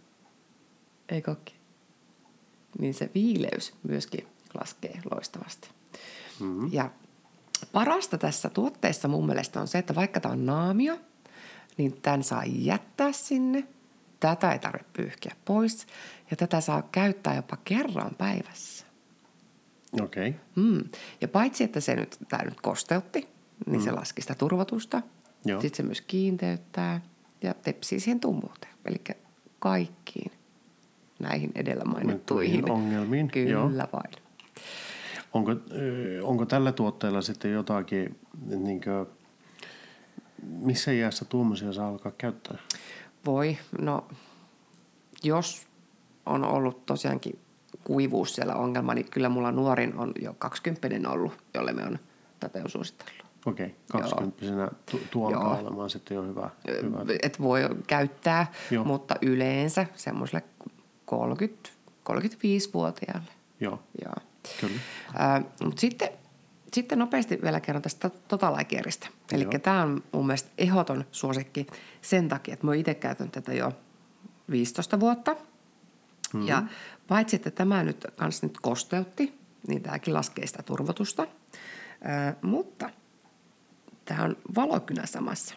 Eikö olekin? Niin se viileys myöskin laskee loistavasti. Mm-hmm. Ja parasta tässä tuotteessa mun mielestä on se, että vaikka tämä on naamio, niin tämän saa jättää sinne. Tätä ei tarvitse pyyhkiä pois. Ja tätä saa käyttää jopa kerran päivässä. Okei. Okay. Mm. Ja paitsi, että se nyt, tämä nyt kosteutti, niin mm. se laski sitä turvotusta. Joo. Sitten se myös kiinteyttää ja tepsii siihen tummuuteen. Eli kaikkiin näihin edellä mainittuihin ongelmiin. Kyllä Joo. vain. Onko, onko tällä tuotteella sitten jotakin, niin kuin, missä iässä tuommoisia saa alkaa käyttää? Voi, no jos on ollut tosiaankin kuivuus siellä ongelma, niin kyllä mulla nuorin on jo kaksikymppinen ollut, jolle me on tätä jo suositellut. Okei, okay. kaksikymppisenä tu- tuo alkaa olemaan sitten jo hyvä. hyvä. Et voi käyttää, joo. mutta yleensä semmoiselle kolmekymmentä kolmekymmentäviisivuotiaalle. Joo, joo. kyllä. Äh, mutta sitten, sitten nopeasti vielä kerron tästä Totalaikeristä. Eli tämä on mun mielestä ehdoton suosikki sen takia, että mä itse käytän tätä jo viisitoista vuotta. Mm-hmm. Ja paitsi, että tämä nyt kans nyt kosteutti, niin tämäkin laskee sitä turvotusta. Äh, mutta tämä on valokynä samassa.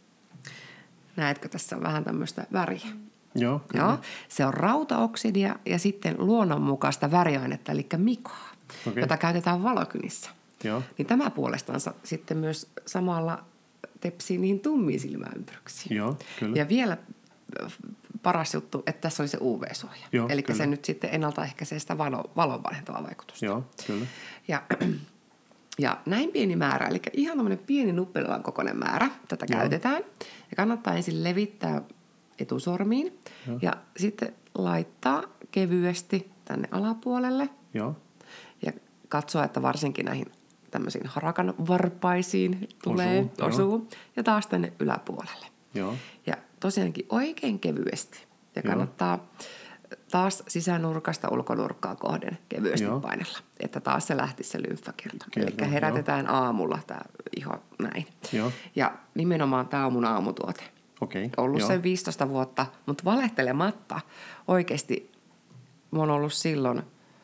Näetkö, tässä on vähän tämmöistä väriä. Joo, kyllä. Joo, se on rautaoksidia ja sitten luonnonmukaista väriainetta, eli mikaa, okay. jota käytetään valokynissä. Joo. Niin tämä puolestansa sitten myös samalla tepsii niihin tummiin silmäympyryksiin. Joo, kyllä. Ja vielä paras juttu, että tässä oli se U V-suoja. Eli se nyt sitten ennaltaehkäisee sitä valo, valon vanhentavaa vaikutusta. Joo, kyllä. Ja, ja näin pieni määrä, eli ihan tämmöinen pieni nuppelilan kokoinen määrä, tätä Joo. käytetään. Ja kannattaa ensin levittää etusormiin Joo. ja sitten laittaa kevyesti tänne alapuolelle. Joo. Ja katsoa, että varsinkin näihin tämmöisiin harakan varpaisiin tulee, osuu, osuu ja taas tänne yläpuolelle. Joo. Ja tosiaankin oikein kevyesti. Ja Joo. kannattaa taas sisänurkasta ulkonurkkaa kohden kevyesti Joo. painella, että taas se lähtisi se lymfakierto. Eli herätetään jo. aamulla tämä iho näin. Joo. Ja nimenomaan tämä on mun aamutuote. Okay. Ollut Joo. sen viisitoista vuotta, mutta valehtelematta oikeasti mä oon ollut silloin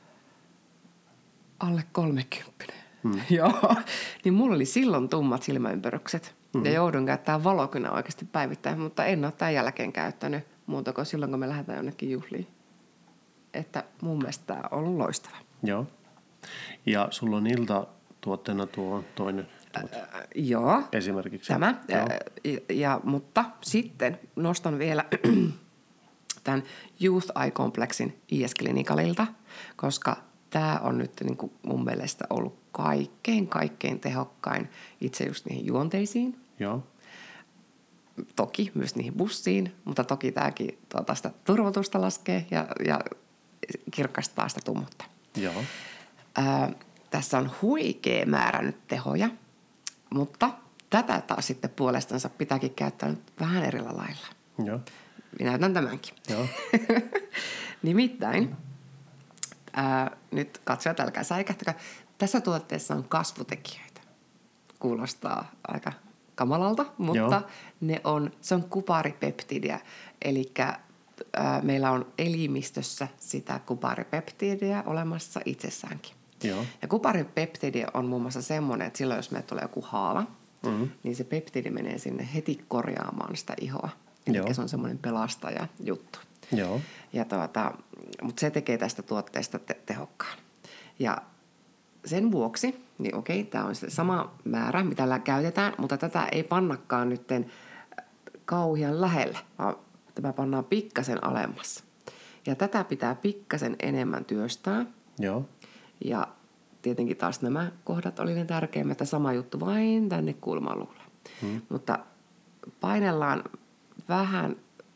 alle kolmekymppinen. Hmm. Joo. Niin mulla oli silloin tummat silmäympärykset. Hmm. Ja joudun käyttämään valokynä oikeasti päivittäin, mutta en ole tämän jälkeen käyttänyt muuta kuin silloin, kun me lähdetään jonnekin juhliin. Että mun mielestä tämä on ollut loistava. Joo. Ja sulla on iltatuotteena tuo toinen tuote. Äh, joo. Esimerkiksi. Tämä. Joo. Äh, ja, ja, mutta sitten nostan vielä tämän Youth Eye Complexin I S-klinikalilta, koska tämä on nyt niin kuin mun mielestä ollut kaikkein, kaikkein tehokkain itse just niihin juonteisiin. Joo. Toki myös niihin bussiin, mutta toki tämäkin tuota sitä turvotusta laskee ja, ja kirkastaa sitä tummuutta. Joo. Ää, tässä on huikea määrä nyt tehoja, mutta tätä taas sitten puolestansa pitääkin käyttää nyt vähän eri lailla. Joo. Minä näytän tämänkin. Joo. Nimittäin, ää, nyt katsojat, älkää säikähtäkää. Tässä tuotteessa on kasvutekijöitä. Kuulostaa aika kamalalta, mutta Joo. ne on, se on kuparipeptidiä. Eli ää, meillä on elimistössä sitä kuparipeptidiä olemassa itsessäänkin. Joo. Ja kuparipeptidi on muun muassa semmoinen, että silloin jos meille tulee joku haava, mm-hmm. niin se peptidi menee sinne heti korjaamaan sitä ihoa. Eli se on semmoinen pelastaja juttu. Joo. Ja tuota, mutta se tekee tästä tuotteesta te- tehokkaan. Ja sen vuoksi, niin okei, tämä on se sama määrä, mitä tällä käytetään, mutta tätä ei pannakaan nytten kauhean lähelle, vaan tämä pannaan pikkasen alemmas. Ja tätä pitää pikkasen enemmän työstää. Joo. Ja tietenkin taas nämä kohdat oli ne tärkeimmät, sama juttu vain tänne kulmaluulle. Hmm. Mutta painellaan vähän,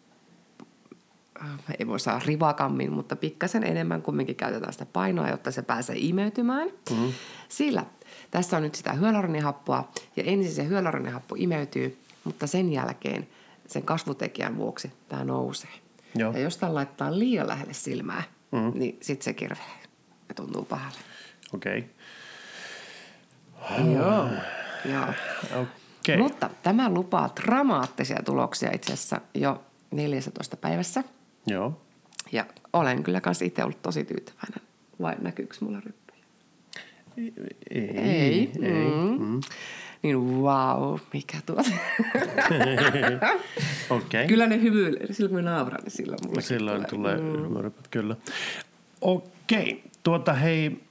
ei voi saa rivakammin, mutta pikkasen enemmän kumminkin käytetään sitä painoa, jotta se pääsee imeytymään. Hmm. Sillä tässä on nyt sitä hyaluronihappoa ja ensin se hyaluronihappo imeytyy, mutta sen jälkeen sen kasvutekijän vuoksi tämä nousee. Joo. Ja jos tämä laittaa liian lähelle silmää, hmm. niin sitten se kirvee ja tuntuu pahalle. Okei. Okay. Joo. Joo. Okay. Mutta tämä lupaa dramaattisia tuloksia itse asiassa jo neljässätoista päivässä. Joo. Ja olen kyllä kanssa itse ollut tosi tyytyväinen. Vai näkyykö mulla ryppyjä? Ei. Ei. ei. Mm. Mm. Niin wow, mikä tuote. Okay. Kyllä ne hymyilee. Silloin kun me nauraan, niin silloin mulle silloin tulee, tulee mm. hymyilypät, kyllä. Okei. Okay. Tuota hei.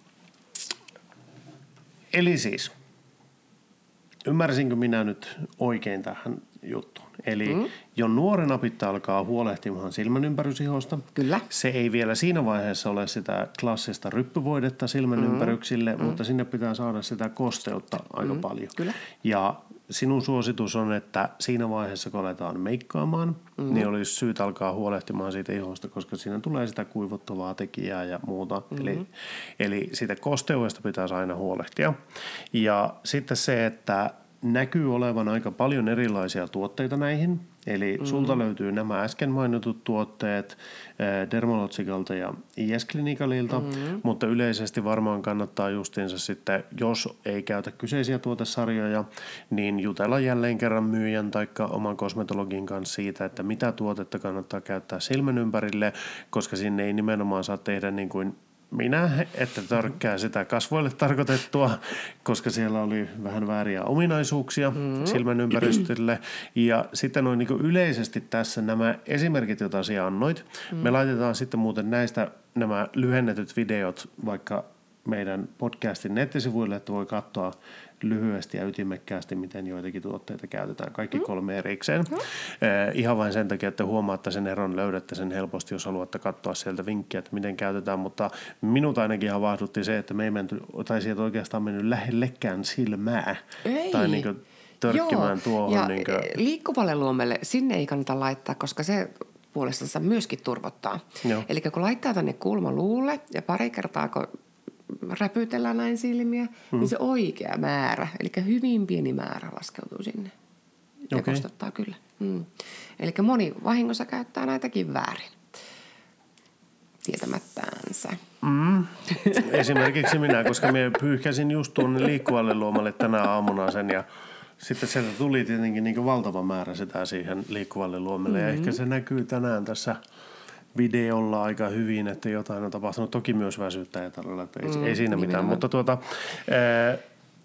Eli siis, ymmärsinkö minä nyt oikein tähän juttuun? Eli mm. jo nuorena pitää alkaa huolehtimaan silmänympärysihosta. Kyllä. Se ei vielä siinä vaiheessa ole sitä klassista ryppyvoidetta silmänympäryksille, mm. mutta sinne pitää saada sitä kosteutta aika mm. paljon. Kyllä. Ja sinun suositus on, että siinä vaiheessa, kun aletaan meikkaamaan, mm. niin olisi syytä alkaa huolehtimaan siitä ihosta, koska siinä tulee sitä kuivuttavaa tekijää ja muuta. Mm. Eli, eli siitä kosteudesta pitäisi aina huolehtia. Ja sitten se, että näkyy olevan aika paljon erilaisia tuotteita näihin. Eli mm. sulta löytyy nämä äsken mainitut tuotteet Dermalogicalta ja I S-klinikalilta, mm. mutta yleisesti varmaan kannattaa justiinsa sitten, jos ei käytä kyseisiä tuotesarjoja, niin jutella jälleen kerran myyjän tai oman kosmetologin kanssa siitä, että mitä tuotetta kannattaa käyttää silmän ympärille, koska sinne ei nimenomaan saa tehdä niin kuin minä, että törkkää sitä kasvoille tarkoitettua, koska siellä oli vähän vääriä ominaisuuksia mm-hmm. silmän ympäristölle. Ja sitten on niin kuin yleisesti tässä nämä esimerkit, joita sinä annoit. Mm-hmm. Me laitetaan sitten muuten näistä nämä lyhennetyt videot vaikka meidän podcastin nettisivuille, että voi katsoa lyhyesti ja ytimekkäästi, miten joitakin tuotteita käytetään. Kaikki mm. kolme erikseen. Mm. Eh, ihan vain sen takia, että huomaatte sen eron, löydätte sen helposti, jos haluatte katsoa sieltä vinkkiä, että miten käytetään. Mutta minut ainakin havahdutti se, että me ei menty, tai sieltä oikeastaan mennyt lähellekään silmää. Ei. Tai niin kuin törkkimään Joo. tuohon. Ja niin kuin... liikkuvalle luomelle sinne ei kannata laittaa, koska se puolestansa myöskin turvottaa. Joo. Eli kun laittaa tänne kulmaluulle ja pari kertaa, kun räpytellään näin silmiä, mm. niin se oikea määrä, eli hyvin pieni määrä laskeutuu sinne. Ja okay. kostattaa kyllä. Mm. Eli moni vahingossa käyttää näitäkin väärin. Tietämättäänsä. Mm. Esimerkiksi minä, koska minä pyyhkäsin just tuonne liikkuvalle luomalle tänä aamuna sen ja sitten sieltä tuli tietenkin niin valtava määrä sitä siihen liikkuvalle luomelle. Mm-hmm. Ja ehkä se näkyy tänään tässä videolla aika hyvin, että jotain on tapahtunut. Toki myös väsyttää ja tällä, että ei, mm, ei siinä mitään. Mutta tuota, ää,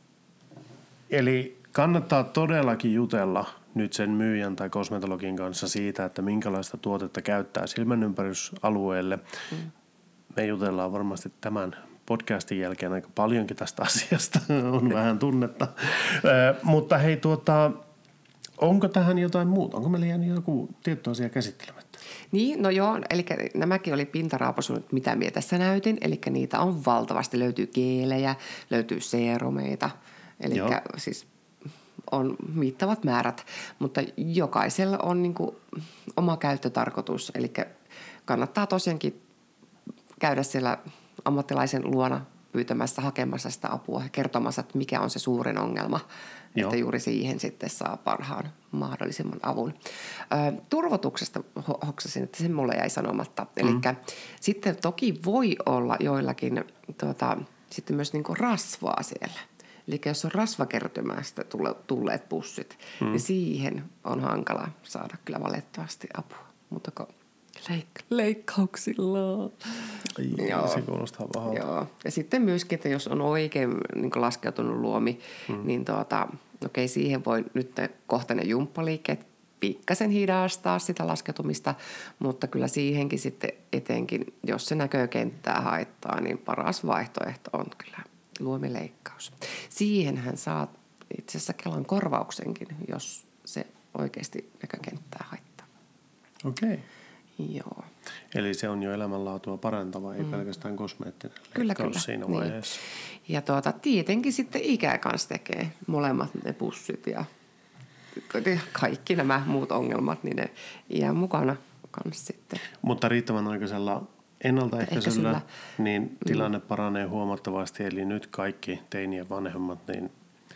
eli kannattaa todellakin jutella nyt sen myyjän tai kosmetologin kanssa siitä, että minkälaista tuotetta käyttää silmänympärysalueelle. Mm. Me jutellaan varmasti tämän podcastin jälkeen aika paljonkin tästä asiasta. On vähän tunnetta. Ää, mutta hei, tuota, onko tähän jotain muuta? Onko meillä jäänyt joku tietty asia käsittelemättä? Niin, no joo, eli nämäkin oli pintaraapasunut, mitä minä tässä näytin. Eli niitä on valtavasti. Löytyy geelejä, löytyy seerumeita, eli siis on mittavat määrät. Mutta jokaisella on niin kuin oma käyttötarkoitus, eli kannattaa tosiaankin käydä siellä ammattilaisen luona pyytämässä, hakemassa sitä apua ja kertomassa, että mikä on se suurin ongelma. Joo. Että juuri siihen sitten saa parhaan mahdollisimman avun. Ö, turvotuksesta hoksasin, että se mulle jäi sanomatta. Mm. Eli sitten toki voi olla joillakin tuota, sitten myös niinku rasvaa siellä. Eli jos on rasvakertymästä tulleet pussit, mm. niin siihen on hankala saada kyllä valitettavasti apua. Mutta kun leik- leikkauksilla. Ai, joo. Se kuulostaa pahalta. Joo. Ja sitten myöskin, että jos on oikein niin laskeutunut luomi, mm. niin tuota, okei, siihen voi nyt ne kohtainen jumppaliikkeet pikkasen hidastaa sitä laskeutumista, mutta kyllä siihenkin sitten etenkin, jos se näkökenttää haittaa, niin paras vaihtoehto on kyllä luomileikkaus. Siihenhän saat itse asiassa Kelan korvauksenkin, jos se oikeasti näkökenttää haittaa. Okei. Okay. Joo. Eli se on jo elämänlaatua parantava, ei mm. pelkästään kosmeettinen kyllä, leikkaus kyllä. siinä niin. vaiheessa. Ja tuota, tietenkin sitten ikä kanssa tekee molemmat ne pussit ja kaikki nämä muut ongelmat, niin ne jää mukana kanssa sitten. Mutta riittävän aikaisella ennaltaehkäisyllä, niin tilanne mm. paranee huomattavasti. Eli nyt kaikki teinien vanhemmat, niin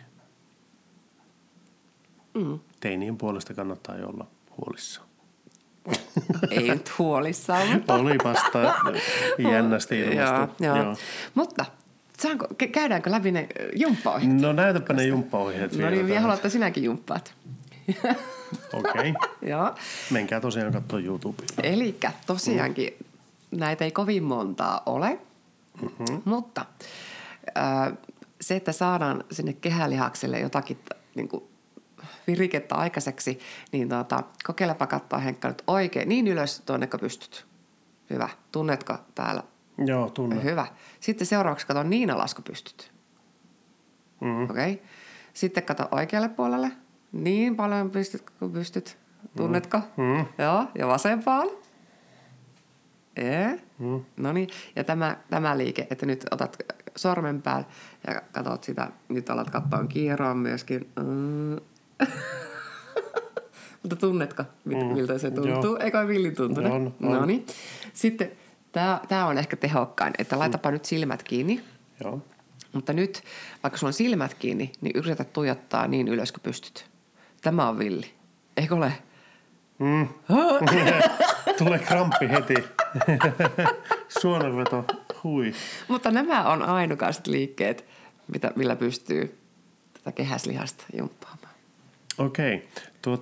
mm. teinien puolesta kannattaa jo olla huolissaan. Ei nyt huolissaan, mutta... Olipas jännästi ilmastu. Joo, joo. joo. Mutta saanko, käydäänkö läpi ne jumppaohjeet? No näytäpä ne jumppaohjeet vielä. No niin, vielä haluatte sinäkin jumppaat. Okei. Okay. Joo. Menkää tosiaan katsoa YouTubea. Elikkä tosiaankin mm. näitä ei kovin montaa ole, mm-hmm. mutta äh, se, että saadaan sinne kehälihakselle jotakin niin kuin virikettä aikaiseksi, niin tuota, kokeilepa katsoa Henkka nyt oikein niin ylös tuonne, kun pystyt. Hyvä. Tunnetko täällä? Joo, tunnet. Hyvä. Sitten seuraavaksi kato niin alas, kun pystyt. Mm. Okei. Okay. Sitten kato oikealle puolelle. Niin paljon pystyt, kun pystyt. Tunnetko? Mm. Joo. Ja vasempaan. Ee. Mm. No niin. Ja tämä, tämä liike, että nyt otat sormen päälle ja katot sitä. Nyt alat katsoa kieroon myöskin. Mm. Mutta tunnetko, miltä se tuntuu? Eikö ole villin tuntunut? No niin. Sitten tämä on ehkä tehokkain, että laitapa mm. nyt silmät kiinni. Joo. Mutta nyt, vaikka sulla on silmät kiinni, niin yritä tuijottaa niin ylös kuin pystyt. Tämä on villi. Eikö ole? Mm. Tulee kramppi heti. Suonenveto, hui. Mutta nämä on ainukaiset liikkeet, mitä, millä pystyy tätä kehäslihasta jumppaamaan. Okei. Tuota,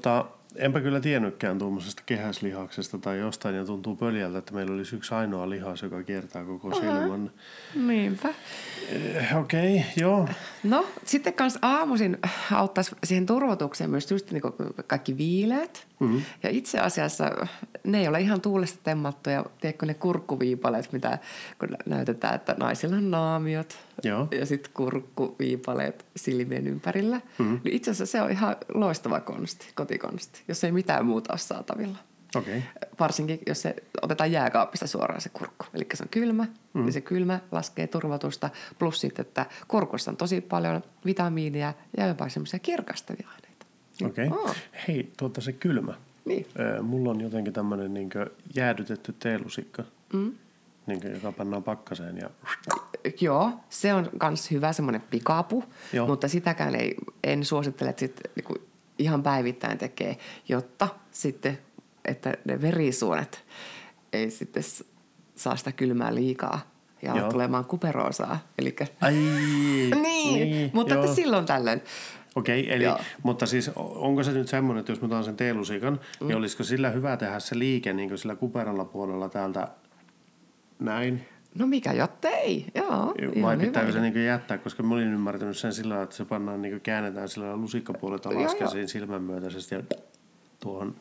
enpä kyllä tiennytkään tuommoisesta kehäslihaksesta tai jostain ja tuntuu pöljältä, että meillä olisi yksi ainoa lihas, joka kiertää koko silmän. Niinpä. Eh, Okei, okay, joo. No, sitten kans aamuisin auttaisi siihen turvotukseen myös just niin kaikki viileät. Mm-hmm. Ja itse asiassa ne ei ole ihan tuulesta temmattuja, tiedätkö ne kurkkuviipaleet, mitä kun näytetään, että naisilla on naamiot. Joo. Ja sitten kurkkuviipaleet silmien ympärillä. Mm-hmm. Niin itse asiassa se on ihan loistava konsti, kotikonsti, jos ei mitään muuta ole saatavilla. Okay. Varsinkin, jos se otetaan jääkaapista suoraan se kurkku. Eli se on kylmä, mm. niin se kylmä laskee turvotusta. Plus sitten, että kurkussa on tosi paljon vitamiinia ja jopa semmoisia kirkastavia aineita. Okei. Okay. Oh. Hei, tuota se kylmä. Niin. Äh, mulla on jotenkin tämmöinen niin jäädytetty teelusikka, mm. niin kuin, joka pannaan pakkaseen. Ja... Joo, se on myös hyvä semmoinen pikapu, Joo. mutta sitäkään ei, en suosittele, että sit, niin kuin ihan päivittäin tekee, jotta sitten... että ne verisuonet ei sitten saa sitä kylmää liikaa ja ala tulemaan kuperoosaa. Elikkä... Ai, niin, niin, mutta että silloin tällöin. Okei, okay, eli, mutta siis onko se nyt semmoinen, että jos mä otan sen teelusikan, mm. niin olisiko sillä hyvä tehdä se liike niin kuin sillä kuperalla puolella täältä näin? No mikä jottei, joo. Vai pitääkö se niin jättää, koska mä olin ymmärtänyt sen sillä tavalla, että se pannaan, niin käännetään sillä lusikkapuolelta laskeisiin silmänmyötäisesti ja tuohon...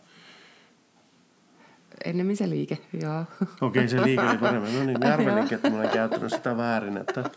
Ennemmin se liike, joo. Okei, okay, se liike oli paremmin. No niin, arvelinkin, että mä olen käyttänyt sitä väärin, että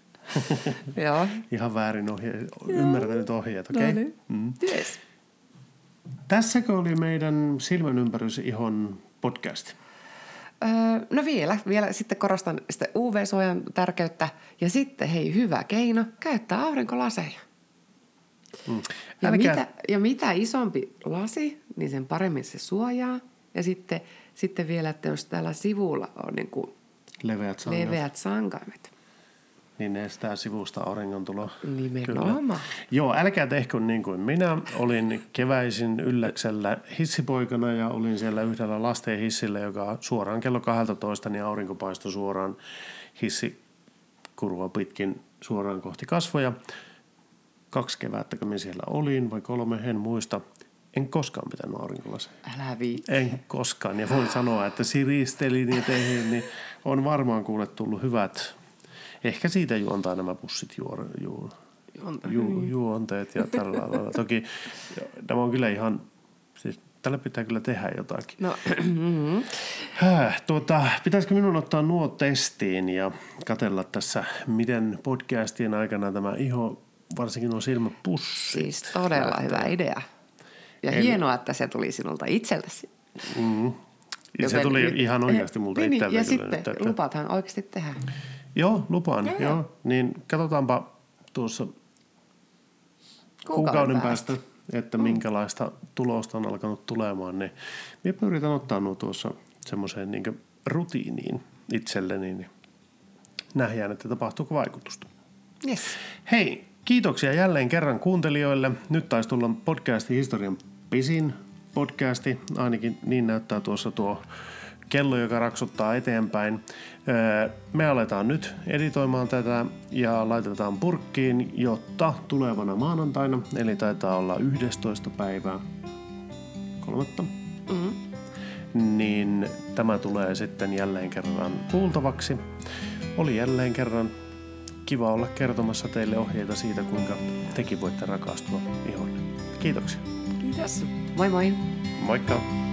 joo. ihan väärin ohje, ymmärtänyt ohjeet, okei? Okay? No niin, mm. yes. Tässäkö oli meidän silmänympäryshihon podcast? Öö, no vielä, vielä sitten korostan sitä U V-suojan tärkeyttä ja sitten hei, hyvä keino, käyttää aurinkolaseja. Mm. Ja, Älkää... mitä, ja mitä isompi lasi, niin sen paremmin se suojaa. Ja sitten, sitten vielä, että jos täällä sivulla on niin kuin leveät, sangat. leveät sankaimet. Niin ne estää sivusta auringon tuloa. Nimenomaan. Joo, älkää tehkö niin kuin minä. Olin keväisin Ylläksellä hissipoikana ja olin siellä yhdellä lasten hissillä, joka suoraan kello kaksitoista niin aurinko paistoi suoraan hissikurua pitkin suoraan kohti kasvoja. Kaksi kevättä, kun minä siellä olin, vai kolme, en muista. En koskaan pitänyt aurinkolaseja. Älä viitti. En koskaan. Ja voin sanoa, että siristelin ja tehin, niin on varmaan kuule tullut hyvät. Ehkä siitä juontaa nämä pussit juor, ju, ju, juonteet ja tällä lailla. Toki tämä on kyllä ihan, siis tällä pitää kyllä tehdä jotakin. No. Mm-hmm. Häh, tuota, pitäisikö minun ottaa nuo testiin ja katsella tässä, miten podcastien aikana tämä iho, varsinkin nuo silmäpussit. Siis todella lähtee. Hyvä idea. Ja Eli, hienoa, että se tuli sinulta itseltäsi. Mm. Se tuli nyt, ihan oikeasti multa niin, itseltä. Ja kyllä sitten nyt, että... lupaathan oikeasti tehdä. Joo, lupaan. Joo, joo. joo. Niin katsotaanpa tuossa kuukauden, kuukauden päästä, päästä, että mm. minkälaista tulosta on alkanut tulemaan. Niin minä pyritän ottaa nuo tuossa semmoiseen niin kuin rutiiniin itselleni, niin nähdään, että tapahtuuko vaikutusta. Yes. Hei, kiitoksia jälleen kerran kuuntelijoille. Nyt taisi tulla podcastin historian pisin podcasti. Ainakin niin näyttää tuossa tuo kello, joka raksuttaa eteenpäin. Me aletaan nyt editoimaan tätä ja laitetaan purkkiin, jotta tulevana maanantaina, eli taitaa olla yhdestoista päivää kolmatta, mm-hmm. niin tämä tulee sitten jälleen kerran kuultavaksi. Oli jälleen kerran kiva olla kertomassa teille ohjeita siitä, kuinka tekin voitte rakastua iholle. Kiitoksia. Kiitos. Moi moi. Moikka.